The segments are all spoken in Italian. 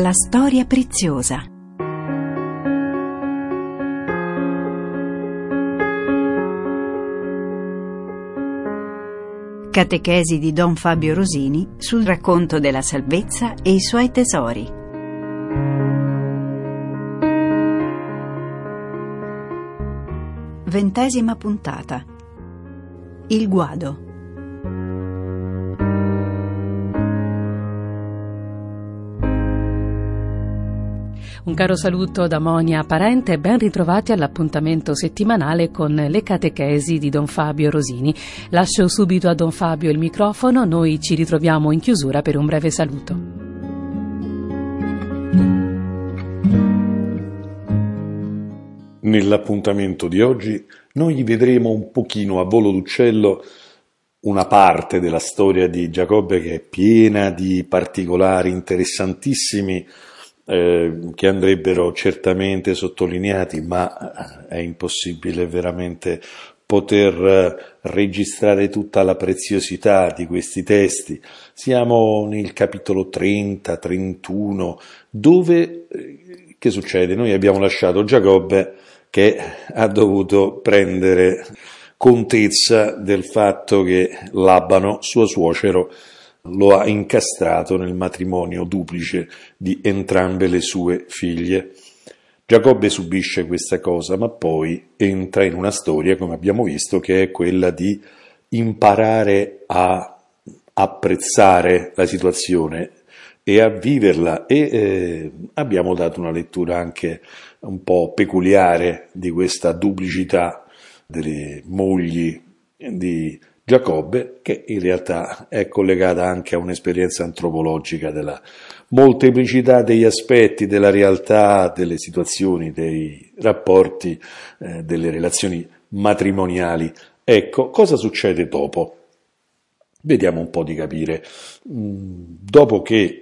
La storia preziosa. Catechesi di Don Fabio Rosini sul racconto della salvezza e i suoi tesori. Ventesima puntata. Il guado. Un caro saluto da Monia Parente e ben ritrovati all'appuntamento settimanale con le catechesi di Don Fabio Rosini. Lascio subito a Don Fabio il microfono, noi ci ritroviamo in chiusura per un breve saluto. Nell'appuntamento di oggi noi vedremo un pochino a volo d'uccello una parte della storia di Giacobbe che è piena di particolari interessantissimi che andrebbero certamente sottolineati, ma è impossibile veramente poter registrare tutta la preziosità di questi testi. Siamo nel capitolo 30-31, dove che succede? Noi abbiamo lasciato Giacobbe che ha dovuto prendere contezza del fatto che Labano, suo suocero, lo ha incastrato nel matrimonio duplice di entrambe le sue figlie. Giacobbe subisce questa cosa, ma poi entra in una storia, come abbiamo visto, che è quella di imparare a apprezzare la situazione e a viverla, e abbiamo dato una lettura anche un po' peculiare di questa duplicità delle mogli di Giacobbe, che in realtà è collegata anche a un'esperienza antropologica della molteplicità degli aspetti della realtà, delle situazioni, dei rapporti, delle relazioni matrimoniali. Ecco, cosa succede dopo? Vediamo un po' di capire. Dopo che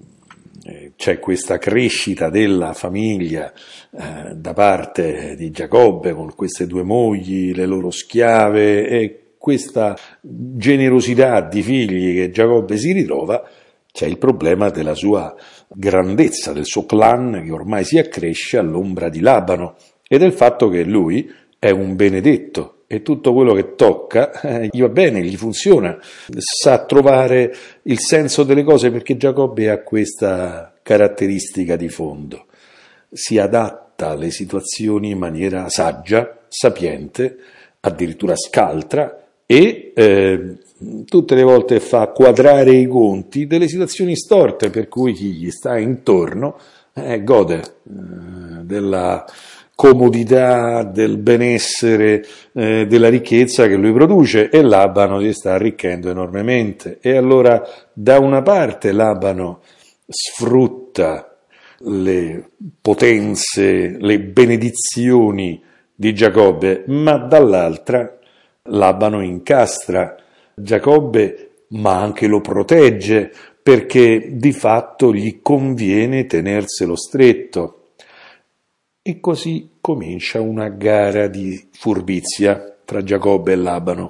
c'è questa crescita della famiglia da parte di Giacobbe con queste due mogli, le loro schiave e questa generosità di figli che Giacobbe si ritrova, c'è il problema della sua grandezza, del suo clan che ormai si accresce all'ombra di Labano e del fatto che lui è un benedetto e tutto quello che tocca gli va bene, gli funziona, sa trovare il senso delle cose perché Giacobbe ha questa caratteristica di fondo, si adatta alle situazioni in maniera saggia, sapiente, addirittura scaltra, e tutte le volte fa quadrare i conti delle situazioni storte, per cui chi gli sta intorno gode della comodità, del benessere, della ricchezza che lui produce, e Labano si sta arricchendo enormemente. E allora da una parte Labano sfrutta le potenze, le benedizioni di Giacobbe, ma dall'altra Labano incastra Giacobbe, ma anche lo protegge, perché di fatto gli conviene tenerselo stretto. E così comincia una gara di furbizia tra Giacobbe e Labano,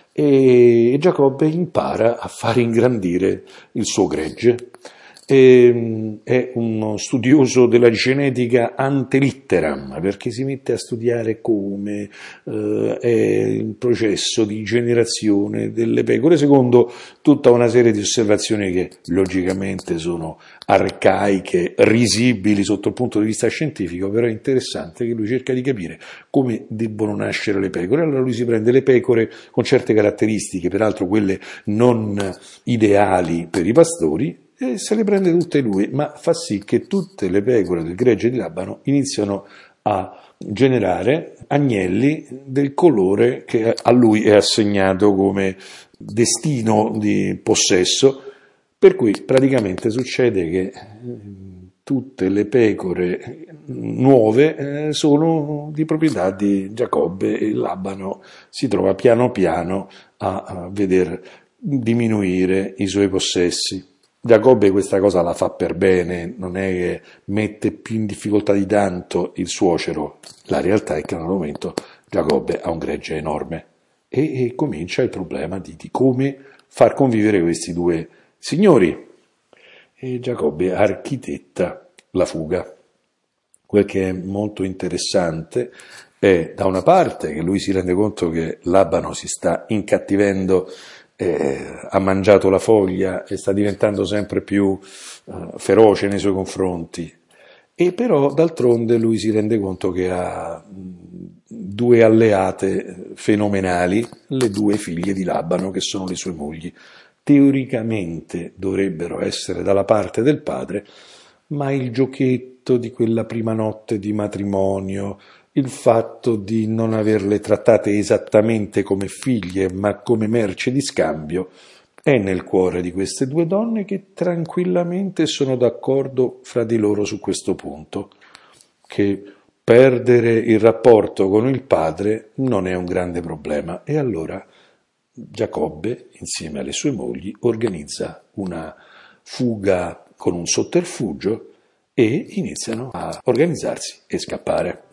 e Giacobbe impara a far ingrandire il suo gregge. È uno studioso della genetica ante litteram, perché si mette a studiare come è il processo di generazione delle pecore, secondo tutta una serie di osservazioni che logicamente sono arcaiche, risibili sotto il punto di vista scientifico, però è interessante che lui cerca di capire come debbono nascere le pecore. Allora lui si prende le pecore con certe caratteristiche, peraltro quelle non ideali per i pastori, e se le prende tutte lui, ma fa sì che tutte le pecore del gregge di Labano iniziano a generare agnelli del colore che a lui è assegnato come destino di possesso, per cui praticamente succede che tutte le pecore nuove sono di proprietà di Giacobbe, e Labano si trova piano piano a veder diminuire i suoi possessi. Giacobbe questa cosa la fa per bene, non è che mette più in difficoltà di tanto il suocero. La realtà è che al momento Giacobbe ha un gregge enorme e comincia il problema di come far convivere questi due signori. e Giacobbe architetta la fuga. Quel che è molto interessante è, da una parte, che lui si rende conto che Labano si sta incattivendo, ha mangiato la foglia e sta diventando sempre più feroce nei suoi confronti, e però d'altronde lui si rende conto che ha due alleate fenomenali, le due figlie di Labano, che sono le sue mogli. Teoricamente dovrebbero essere dalla parte del padre, ma il giochetto di quella prima notte di matrimonio, il fatto di non averle trattate esattamente come figlie, ma come merce di scambio, è nel cuore di queste due donne, che tranquillamente sono d'accordo fra di loro su questo punto, che perdere il rapporto con il padre non è un grande problema. E allora Giacobbe, insieme alle sue mogli, organizza una fuga con un sotterfugio e iniziano a organizzarsi e scappare.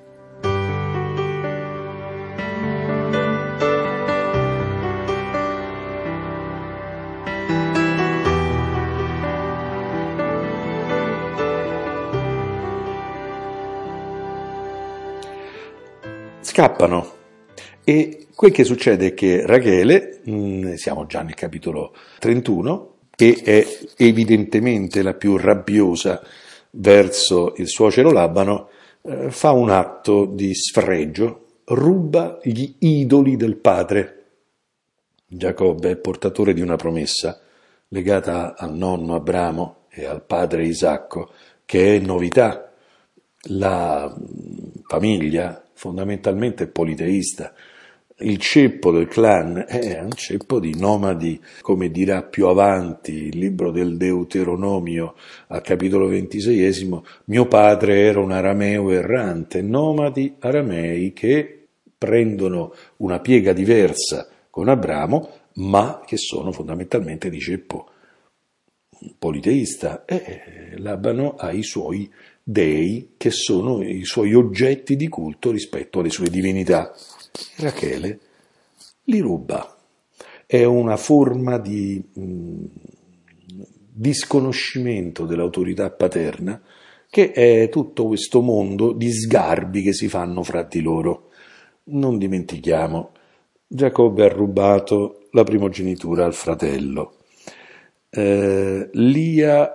Scappano, e quel che succede è che Rachele, siamo già nel capitolo 31, che è evidentemente la più rabbiosa verso il suocero Labano, fa un atto di sfregio, ruba gli idoli del padre. Giacobbe è portatore di una promessa legata al nonno Abramo e al padre Isacco, che è novità. La famiglia fondamentalmente è politeista. Il ceppo del clan è un ceppo di nomadi, come dirà più avanti il libro del Deuteronomio al capitolo 26. Mio padre era un arameo errante, nomadi aramei che prendono una piega diversa con Abramo, ma che sono fondamentalmente di ceppo politeista, e Labano ha i suoi dei, che sono i suoi oggetti di culto rispetto alle sue divinità. Rachele li ruba. È una forma di disconoscimento dell'autorità paterna, che è tutto questo mondo di sgarbi che si fanno fra di loro. Non dimentichiamo, Giacobbe ha rubato la primogenitura al fratello. Lia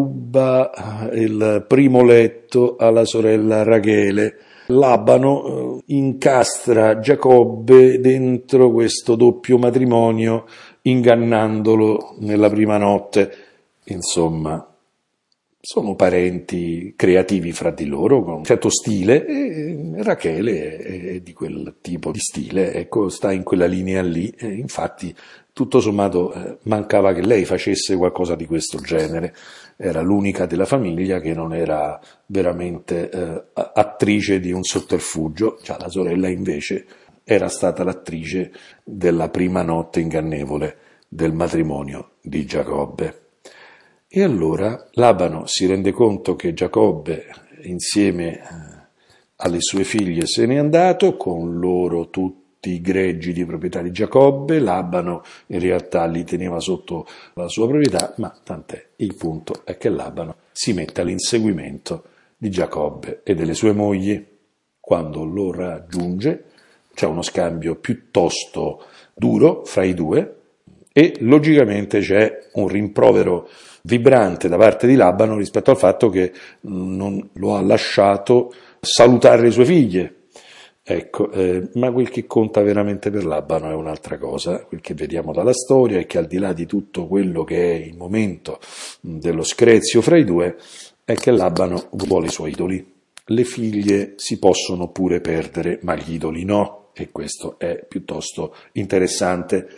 ruba il primo letto alla sorella Rachele. Labano incastra Giacobbe dentro questo doppio matrimonio, ingannandolo nella prima notte. Insomma, sono parenti creativi fra di loro, con un certo stile, e Rachele è di quel tipo di stile, ecco, sta in quella linea lì, e infatti tutto sommato mancava che lei facesse qualcosa di questo genere. Era l'unica della famiglia che non era veramente attrice di un sotterfugio. Già la sorella invece era stata l'attrice della prima notte ingannevole del matrimonio di Giacobbe. E allora Labano si rende conto che Giacobbe, insieme alle sue figlie, se n'è andato, con loro tutti i greggi di proprietà di Giacobbe. Labano in realtà li teneva sotto la sua proprietà, ma tant'è. Il punto è che Labano si mette all'inseguimento di Giacobbe e delle sue mogli. Quando lo raggiunge c'è uno scambio piuttosto duro fra i due, e logicamente c'è un rimprovero vibrante da parte di Labano rispetto al fatto che non lo ha lasciato salutare le sue figlie. Ecco, ma quel che conta veramente per Labano è un'altra cosa. Quel che vediamo dalla storia è che, al di là di tutto quello che è il momento dello screzio fra i due, è che Labano vuole i suoi idoli. Le figlie si possono pure perdere, ma gli idoli no, e questo è piuttosto interessante.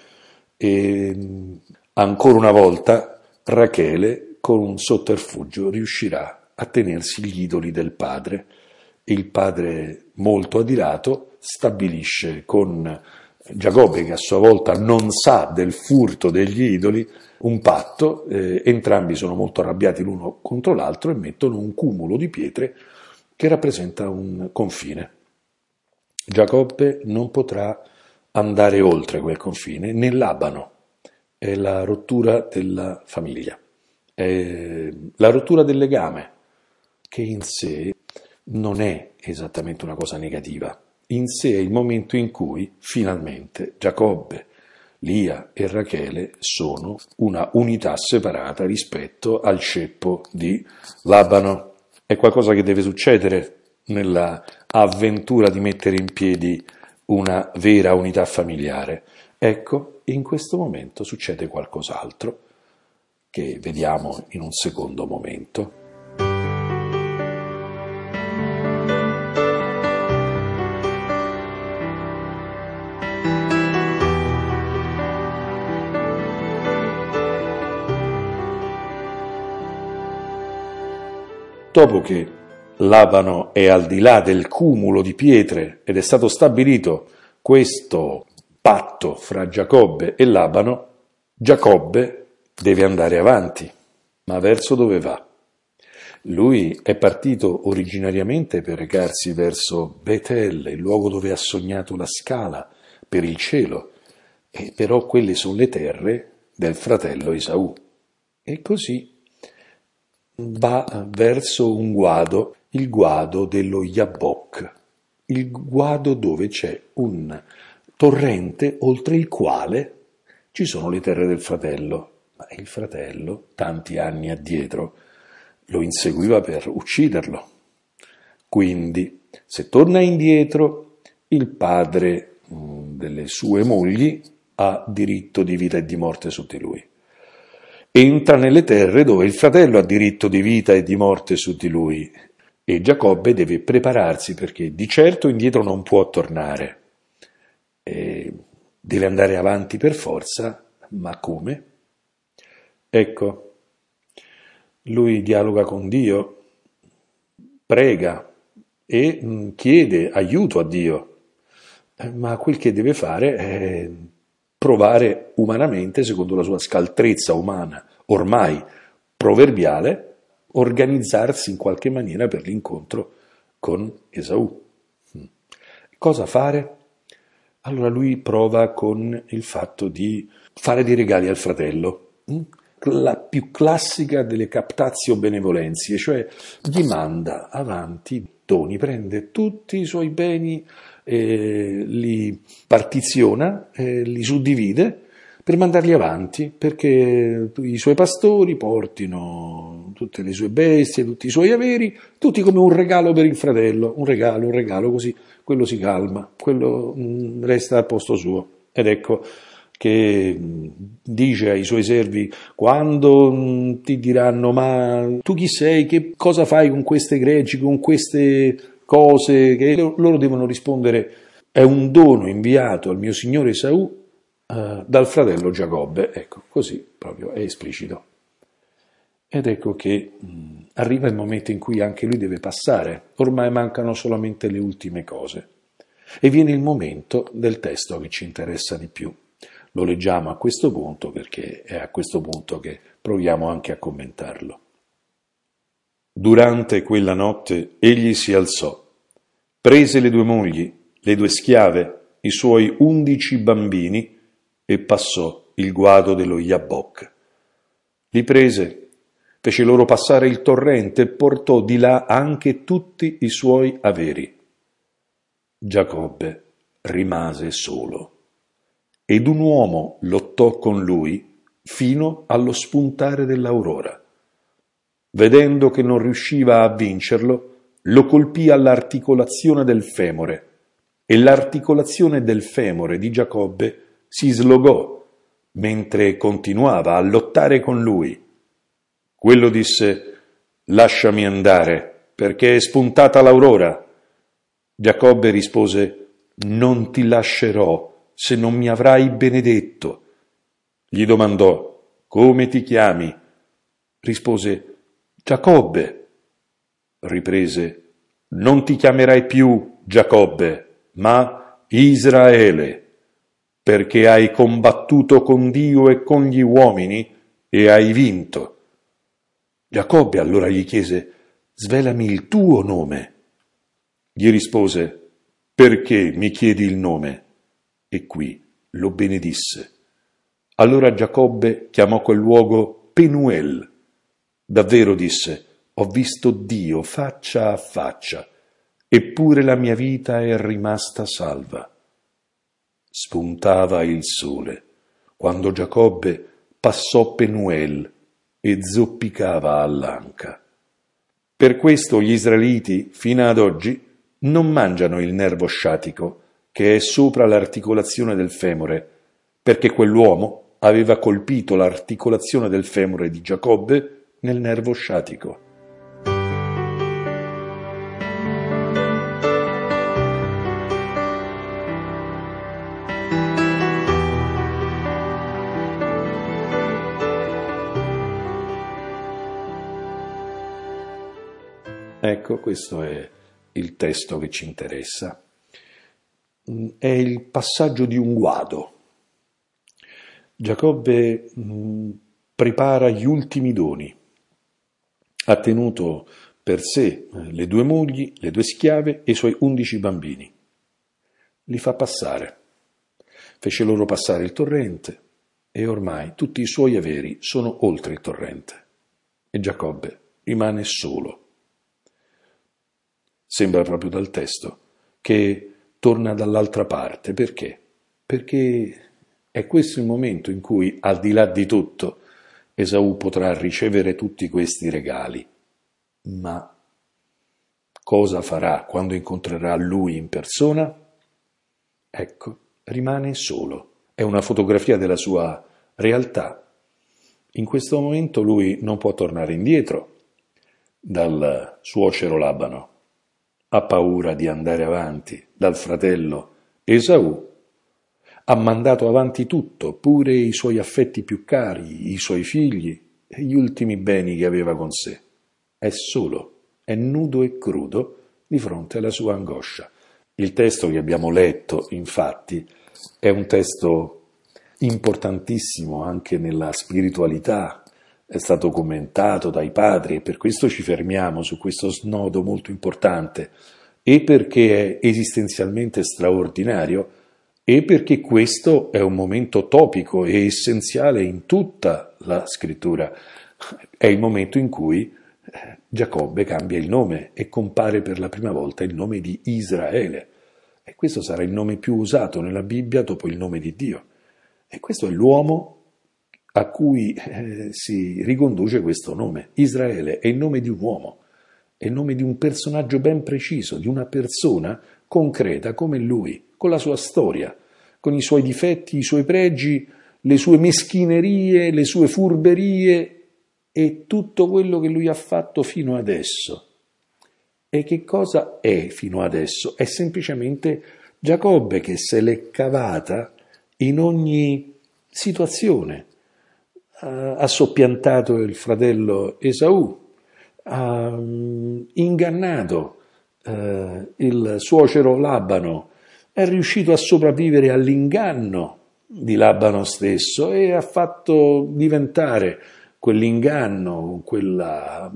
E ancora una volta Rachele, con un sotterfugio, riuscirà a tenersi gli idoli del padre. Il padre, molto adirato, stabilisce con Giacobbe, che a sua volta non sa del furto degli idoli, un patto. Entrambi sono molto arrabbiati l'uno contro l'altro e mettono un cumulo di pietre che rappresenta un confine. Giacobbe non potrà andare oltre quel confine, né Labano. È la rottura della famiglia. è la rottura del legame, che in sé non è esattamente una cosa negativa. In sé è il momento in cui finalmente Giacobbe, Lia e Rachele sono una unità separata rispetto al ceppo di Labano. È qualcosa che deve succedere nella avventura di mettere in piedi una vera unità familiare. Ecco, in questo momento succede qualcos'altro che vediamo in un secondo momento. Dopo che Labano è al di là del cumulo di pietre ed è stato stabilito questo patto fra Giacobbe e Labano, Giacobbe deve andare avanti. Ma verso dove va? Lui è partito originariamente per recarsi verso Betel, il luogo dove ha sognato la scala per il cielo, e però quelle sono le terre del fratello Esaù. E così va verso un guado, il guado dello Jabbok, il guado dove c'è un torrente oltre il quale ci sono le terre del fratello. Ma il fratello, tanti anni addietro, lo inseguiva per ucciderlo. Quindi, se torna indietro, il padre delle sue mogli ha diritto di vita e di morte su di lui. Entra nelle terre dove il fratello ha diritto di vita e di morte su di lui, e Giacobbe deve prepararsi perché di certo indietro non può tornare. Deve andare avanti per forza, ma come? Ecco, lui dialoga con Dio, prega e chiede aiuto a Dio, ma quel che deve fare è provare umanamente, secondo la sua scaltrezza umana, ormai proverbiale, organizzarsi in qualche maniera per l'incontro con Esaù. Cosa fare? Allora lui prova con il fatto di fare dei regali al fratello, la più classica delle captatio benevolenzie, cioè gli manda avanti doni, prende tutti i suoi beni, li partiziona, li suddivide per mandarli avanti, perché i suoi pastori portino tutte le sue bestie, tutti i suoi averi, tutti come un regalo per il fratello, un regalo, così quello si calma, quello resta al posto suo. Ed ecco che dice ai suoi servi, quando ti diranno, ma tu chi sei, che cosa fai con queste greggi, con queste cose, che loro devono rispondere, è un dono inviato al mio signore Esaù dal fratello Giacobbe. Ecco, così proprio è esplicito. Ed ecco che arriva il momento in cui anche lui deve passare, ormai mancano solamente le ultime cose, e viene il momento del testo che ci interessa di più. Lo leggiamo a questo punto perché è a questo punto che proviamo anche a commentarlo. Durante quella notte egli si alzò, prese le 2 mogli, le 2 schiave, i suoi 11 bambini e passò il guado dello Jabbok. Li prese, fece loro passare il torrente e portò di là anche tutti i suoi averi. Giacobbe rimase solo. Ed un uomo lottò con lui fino allo spuntare dell'aurora. Vedendo che non riusciva a vincerlo, lo colpì all'articolazione del femore, e l'articolazione del femore di Giacobbe si slogò mentre continuava a lottare con lui. Quello disse: «Lasciami andare, perché è spuntata l'aurora». Giacobbe rispose: «Non ti lascerò se non mi avrai benedetto». Gli domandò: «Come ti chiami?» Rispose: «Giacobbe». Riprese: «Non ti chiamerai più Giacobbe, ma Israele, perché hai combattuto con Dio e con gli uomini e hai vinto». Giacobbe allora gli chiese: «Svelami il tuo nome». Gli rispose: «Perché mi chiedi il nome?» E qui lo benedisse. Allora Giacobbe chiamò quel luogo Penuel, Davvero, disse, ho visto Dio faccia a faccia, eppure la mia vita è rimasta salva. Spuntava il sole, quando Giacobbe passò Penuel e zoppicava all'anca. Per questo gli israeliti, fino ad oggi, non mangiano il nervo sciatico, che è sopra l'articolazione del femore, perché quell'uomo aveva colpito l'articolazione del femore di Giacobbe nel nervo sciatico. Ecco, questo è il testo che ci interessa. È il passaggio di un guado. Giacobbe prepara gli ultimi doni. Ha tenuto per sé le 2 mogli, le 2 schiave e i suoi 11 bambini. Li fa passare. Fece loro passare il torrente e ormai tutti i suoi averi sono oltre il torrente. E Giacobbe rimane solo. Sembra proprio dal testo che torna dall'altra parte. Perché? Perché è questo il momento in cui, al di là di tutto, Esaù potrà ricevere tutti questi regali. Ma cosa farà quando incontrerà lui in persona? Ecco, rimane solo. È una fotografia della sua realtà. In questo momento lui non può tornare indietro dal suocero Labano. Ha paura di andare avanti dal fratello Esaù. Ha mandato avanti tutto, pure i suoi affetti più cari, i suoi figli e gli ultimi beni che aveva con sé. È solo, è nudo e crudo di fronte alla sua angoscia. Il testo che abbiamo letto, infatti, è un testo importantissimo anche nella spiritualità. È stato commentato dai padri e per questo ci fermiamo su questo snodo molto importante, e perché è esistenzialmente straordinario, e perché questo è un momento topico e essenziale in tutta la scrittura. È il momento in cui Giacobbe cambia il nome e compare per la prima volta il nome di Israele. E questo sarà il nome più usato nella Bibbia dopo il nome di Dio. E questo è l'uomo a cui si riconduce questo nome. Israele è il nome di un uomo, è il nome di un personaggio ben preciso, di una persona concreta come lui, con la sua storia, con i suoi difetti, i suoi pregi, le sue meschinerie, le sue furberie e tutto quello che lui ha fatto fino adesso. E che cosa è fino adesso? È semplicemente Giacobbe che se l'è cavata in ogni situazione. Ha soppiantato il fratello Esaù, ha ingannato il suocero Labano, è riuscito a sopravvivere all'inganno di Labano stesso e ha fatto diventare quell'inganno, quella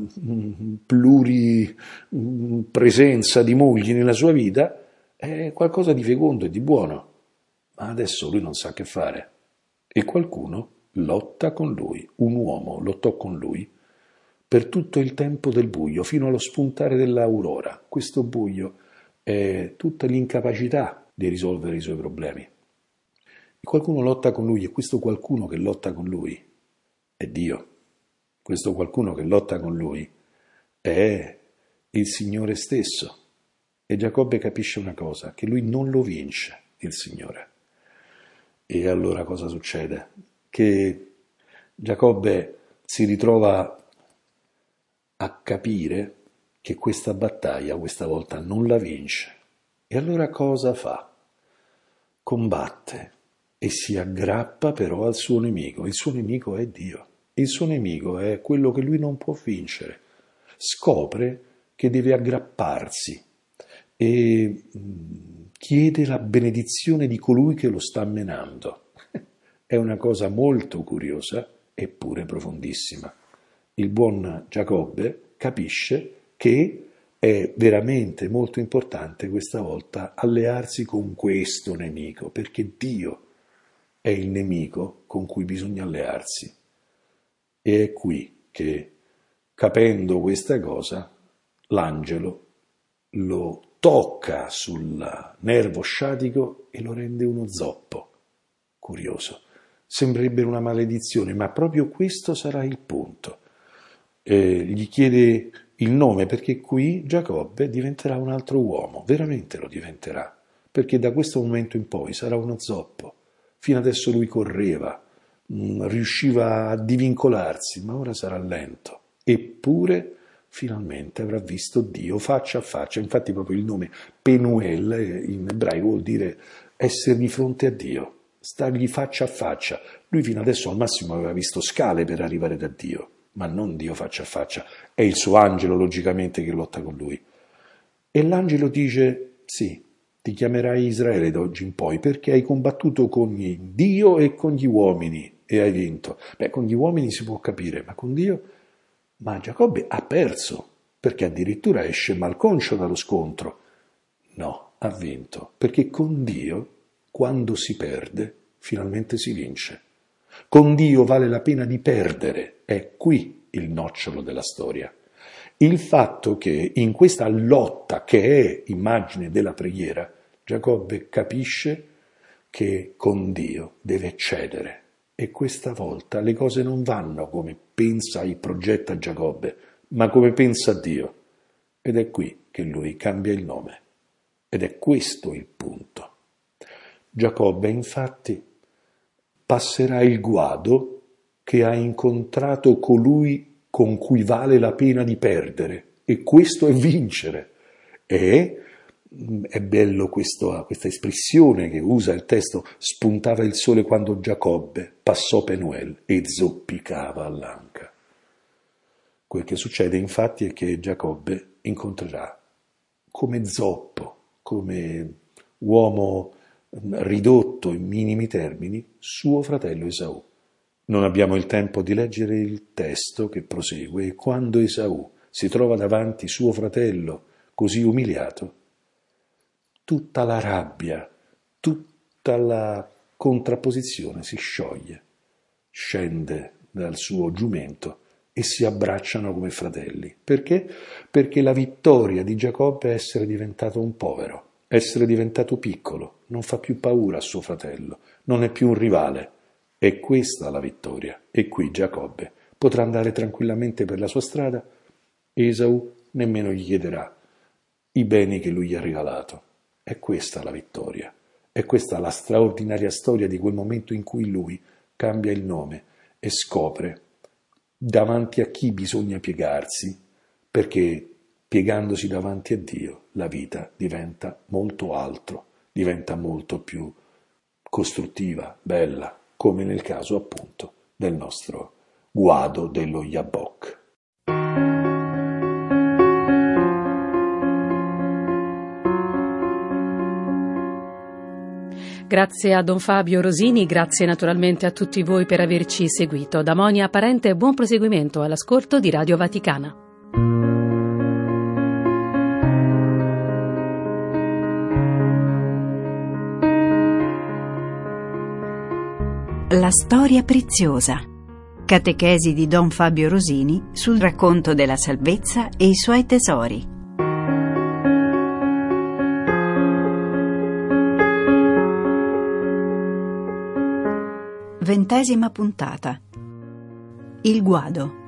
pluripresenza di mogli nella sua vita, è qualcosa di fecondo e di buono. Ma adesso lui non sa che fare e qualcuno lotta con lui, un uomo lottò con lui per tutto il tempo del buio, fino allo spuntare dell'aurora. Questo buio è tutta l'incapacità di risolvere i suoi problemi. E qualcuno lotta con lui, e questo qualcuno che lotta con lui è Dio. Questo qualcuno che lotta con lui è il Signore stesso. E Giacobbe capisce una cosa, che lui non lo vince, il Signore. E allora cosa succede? Che Giacobbe si ritrova a capire che questa battaglia questa volta non la vince. E allora cosa fa? Combatte e si aggrappa però al suo nemico. Il suo nemico è Dio. Il suo nemico è quello che lui non può vincere. Scopre che deve aggrapparsi e chiede la benedizione di colui che lo sta menando. È una cosa molto curiosa eppure profondissima. Il buon Giacobbe capisce che è veramente molto importante questa volta allearsi con questo nemico, perché Dio è il nemico con cui bisogna allearsi. E è qui che capendo questa cosa, l'angelo lo tocca sul nervo sciatico e lo rende uno zoppo. Curioso. Sembrerebbe una maledizione, ma proprio questo sarà il punto. Gli chiede il nome perché qui Giacobbe diventerà un altro uomo, veramente lo diventerà, perché da questo momento in poi sarà uno zoppo. Fino adesso lui correva, riusciva a divincolarsi, ma ora sarà lento. Eppure finalmente avrà visto Dio faccia a faccia. Infatti proprio il nome Penuel in ebraico vuol dire essere di fronte a Dio, stargli faccia a faccia. Lui fino adesso al massimo aveva visto scale per arrivare da Dio, ma non Dio faccia a faccia. È il suo angelo logicamente che lotta con lui. E l'angelo dice: sì, ti chiamerai Israele da oggi in poi perché hai combattuto con Dio e con gli uomini e hai vinto. Beh, con gli uomini si può capire, ma con Dio? Ma Giacobbe ha perso, perché addirittura esce malconcio dallo scontro. No, ha vinto, perché con Dio, quando si perde, finalmente si vince. Con Dio vale la pena di perdere, è qui il nocciolo della storia. Il fatto che in questa lotta, che è immagine della preghiera, Giacobbe capisce che con Dio deve cedere. E questa volta le cose non vanno come pensa e progetta Giacobbe, ma come pensa Dio. Ed è qui che lui cambia il nome. Ed è questo il punto. Giacobbe, infatti, passerà il guado che ha incontrato colui con cui vale la pena di perdere, e questo è vincere. E è bello questa espressione che usa il testo: spuntava il sole quando Giacobbe passò Penuel e zoppicava all'anca. Quel che succede infatti è che Giacobbe incontrerà come zoppo, come uomo ridotto in minimi termini, suo fratello Esaù. Non abbiamo il tempo di leggere il testo che prosegue, e quando Esaù si trova davanti suo fratello così umiliato, tutta la rabbia, tutta la contrapposizione si scioglie, scende dal suo giumento e si abbracciano come fratelli. Perché? Perché la vittoria di Giacobbe è essere diventato un povero, essere diventato piccolo, non fa più paura a suo fratello, non è più un rivale. È questa la vittoria, e qui Giacobbe potrà andare tranquillamente per la sua strada e Esaù nemmeno gli chiederà i beni che lui gli ha regalato. È questa la vittoria, è questa la straordinaria storia di quel momento in cui lui cambia il nome e scopre davanti a chi bisogna piegarsi, perché piegandosi davanti a Dio la vita diventa molto altro, diventa molto più costruttiva, bella, come nel caso appunto del nostro guado dello Jabbok. Grazie a Don Fabio Rosini, grazie naturalmente a tutti voi per averci seguito. Da Monia Parente, buon proseguimento all'ascolto di Radio Vaticana. La storia preziosa. Catechesi di Don Fabio Rosini sul racconto della salvezza e i suoi tesori. 20ª puntata. Il guado.